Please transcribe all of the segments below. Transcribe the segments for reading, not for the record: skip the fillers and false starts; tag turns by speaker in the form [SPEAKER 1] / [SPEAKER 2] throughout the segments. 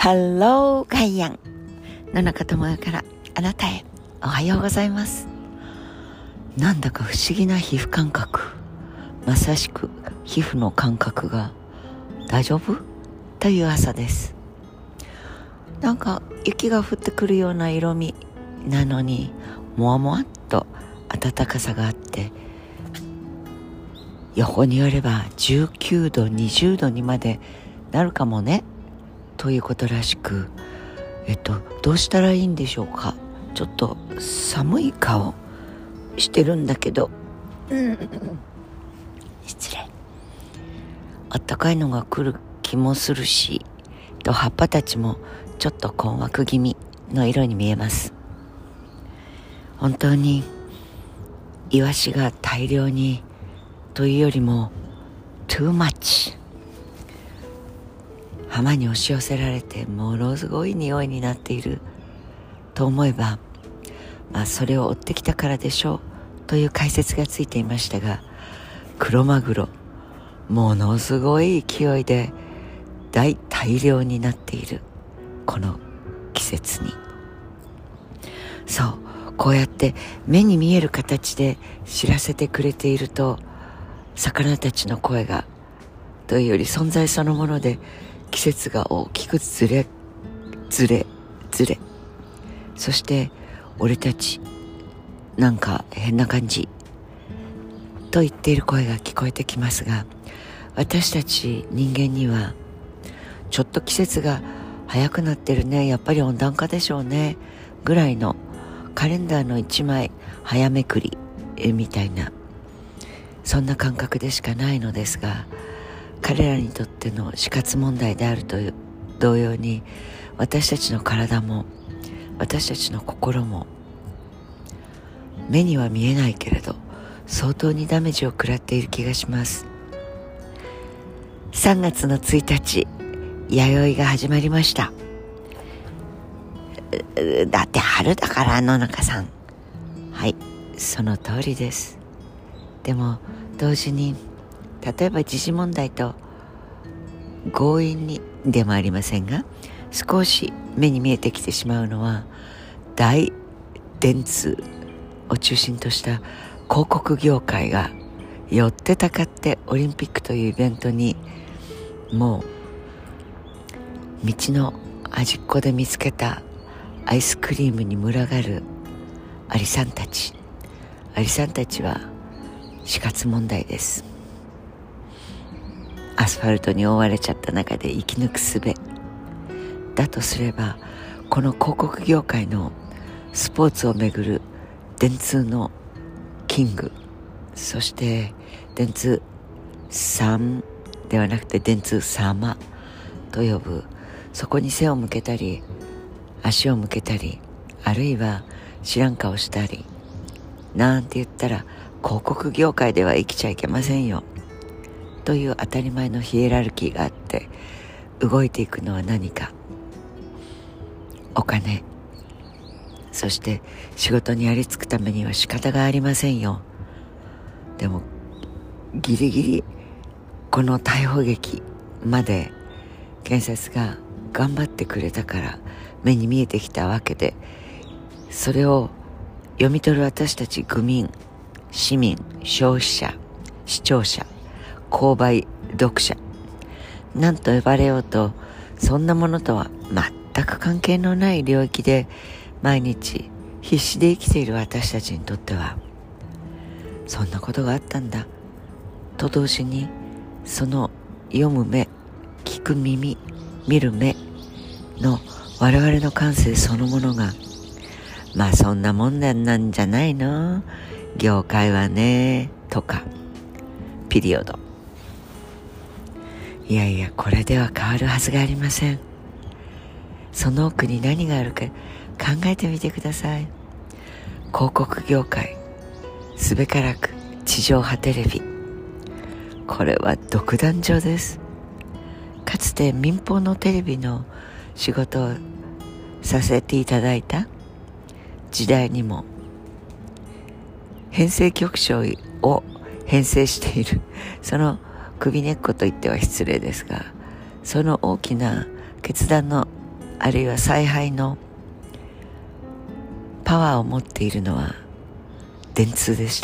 [SPEAKER 1] ハローガイアン野中智代からあなたへおはようございます。なんだか不思議な皮膚感覚、まさしく皮膚の感覚が大丈夫という朝です。なんか雪が降ってくるような色味なのにもわもわっと暖かさがあって、予報によれば19度20度にまでなるかもねということらしく、どうしたらいいんでしょうか。ちょっと寒い顔してるんだけど、失礼。あったかいのが来る気もするし、葉っぱたちもちょっと困惑気味の色に見えます。本当にイワシが大量にというよりも too much、浜に押し寄せられてものすごい匂いになっていると思えば、それを追ってきたからでしょうという解説がついていましたが、クロマグロものすごい勢いで大量になっているこの季節に、そうこうやって目に見える形で知らせてくれていると、魚たちの声がというより存在そのもので季節が大きくずれ、そして俺たちなんか変な感じと言っている声が聞こえてきますが、私たち人間にはちょっと季節が早くなってるね、やっぱり温暖化でしょうねぐらいのカレンダーの一枚早めくりみたいな、そんな感覚でしかないのですが、彼らにとっての死活問題であると同様に、私たちの体も私たちの心も目には見えないけれど相当にダメージを食らっている気がします。3月の1日、弥生が始まりました。だって春だから野中さん。はい、その通りです。でも同時に、例えば時事問題と強引にでもありませんが、少し目に見えてきてしまうのは、大電通を中心とした広告業界が寄ってたかってオリンピックというイベントに、もう道の端っこで見つけたアイスクリームに群がるアリさんたちは死活問題です。アスファルトに覆われちゃった中で生き抜く術だとすれば、この広告業界のスポーツをめぐる電通のキング、そして電通さんではなくて電通様と呼ぶ、そこに背を向けたり足を向けたり、あるいは知らん顔したりなんて言ったら、広告業界では生きちゃいけませんよという当たり前のヒエラルキーがあって、動いていくのは何か、お金、そして仕事にありつくためには仕方がありませんよ。でもギリギリこの逮捕劇まで検察が頑張ってくれたから目に見えてきたわけで、それを読み取る私たち愚民、市民、消費者、視聴者、購買読者、何と呼ばれようと、そんなものとは全く関係のない領域で毎日必死で生きている私たちにとっては、そんなことがあったんだと同時に、その読む目、聞く耳、見る目の我々の感性そのものが、そんなもんなんじゃないの業界はねとかピリオド、いやこれでは変わるはずがありません。その奥に何があるか考えてみてください。広告業界、すべからく地上波テレビ、これは独壇場です。かつて民放のテレビの仕事をさせていただいた時代にも、編成局長を編成しているその首根っこと言っては失礼ですが、その大きな決断のあるいは采配のパワーを持っているのは電通でした。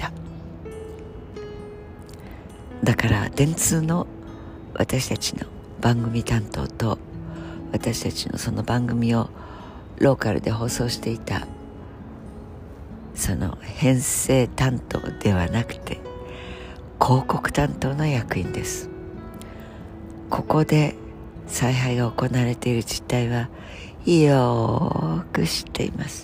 [SPEAKER 1] だから電通の私たちの番組担当と、私たちのその番組をローカルで放送していたその編成担当ではなくて広告担当の役員です。ここで采配が行われている実態はよーく知っています。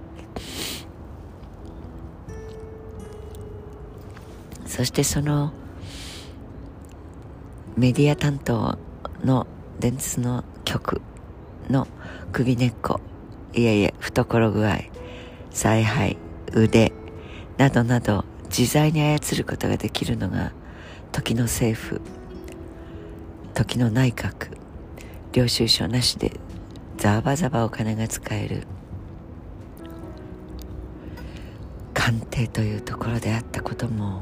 [SPEAKER 1] そしてそのメディア担当の電通の局の首根っこ、いやいや懐具合、采配、腕などなど自在に操ることができるのが時の政府、時の内閣、領収書なしでザバザバお金が使える官邸というところであったことも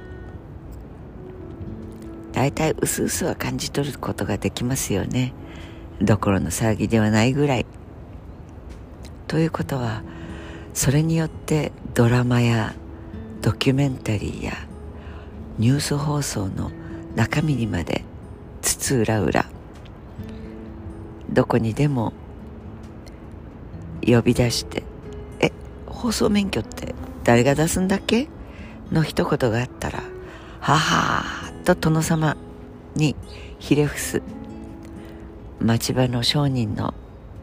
[SPEAKER 1] だいたい薄々は感じ取ることができますよね。どころの騒ぎではないぐらい。ということはそれによってドラマやドキュメンタリーやニュース放送の中身にまで津々浦々どこにでも呼び出して放送免許って誰が出すんだっけの一言があったらははーと殿様にひれ伏す町場の商人の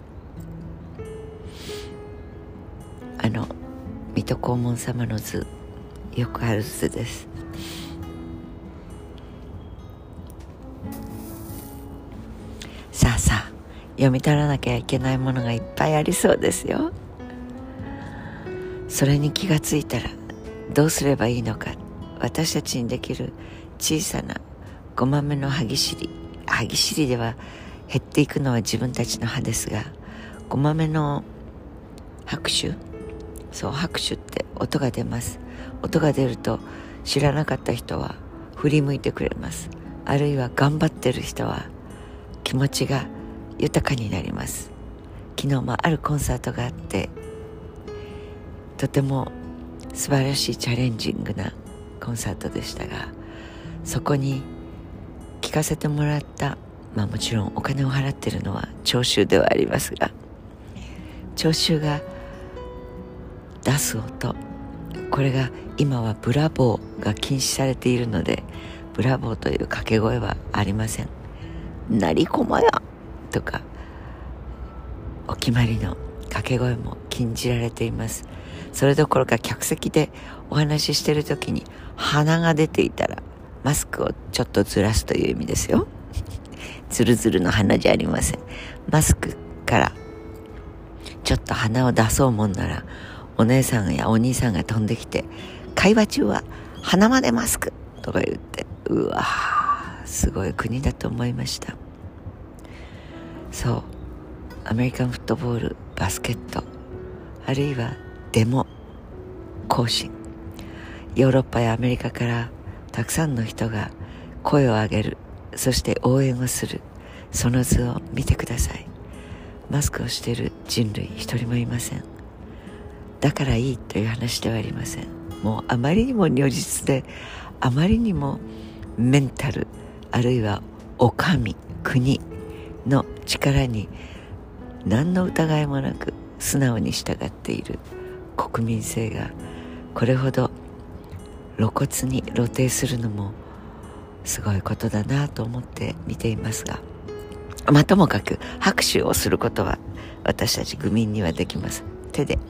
[SPEAKER 1] 水戸黄門様の図、よくある図です。さあさあ、読み取らなきゃいけないものがいっぱいありそうですよ。それに気がついたらどうすればいいのか。私たちにできる小さな5番目の歯ぎしりでは減っていくのは自分たちの歯ですが、5番目の拍手、そう拍手って音が出ます。音が出ると知らなかった人は振り向いてくれます。あるいは頑張ってる人は気持ちが豊かになります。昨日もあるコンサートがあってとても素晴らしいチャレンジングなコンサートでしたが、そこに聞かせてもらった、もちろんお金を払ってるのは聴衆ではありますが、聴衆が出す音、これが今はブラボーが禁止されているのでブラボーという掛け声はありません。なりこまやとかお決まりの掛け声も禁じられています。それどころか客席でお話ししている時に鼻が出ていたらマスクをちょっとずらすという意味ですよ。ズルズルの鼻じゃありません。マスクからちょっと鼻を出そうもんならお姉さんやお兄さんが飛んできて、会話中は鼻までマスクとか言って、うわー、すごい国だと思いました。そう、アメリカンフットボール、バスケット、あるいはデモ行進、ヨーロッパやアメリカからたくさんの人が声を上げる、そして応援をする、その図を見てください。マスクをしている人類一人もいません。だからいいという話ではありません。もうあまりにも如実で、あまりにもメンタル、あるいはお上、国の力に何の疑いもなく素直に従っている国民性がこれほど露骨に露呈するのもすごいことだなと思って見ていますが、ともかく拍手をすることは私たち愚民にはできます。手で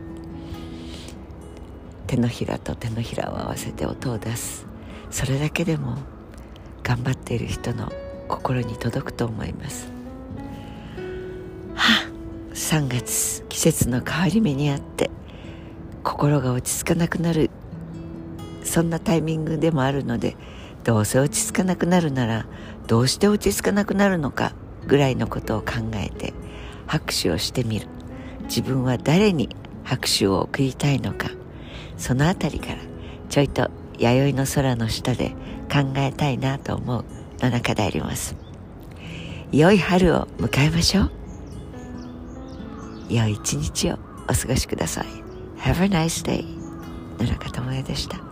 [SPEAKER 1] 手のひらと手のひらを合わせて音を出す、それだけでも頑張っている人の心に届くと思います。3月、季節の変わり目にあって心が落ち着かなくなる、そんなタイミングでもあるので、どうせ落ち着かなくなるならどうして落ち着かなくなるのかぐらいのことを考えて拍手をしてみる。自分は誰に拍手を送りたいのか、そのあたりからちょいと弥生の空の下で考えたいなと思うの中であります。良い春を迎えましょう。 良い一日をお過ごしください。 Have a nice day。 野中智也でした。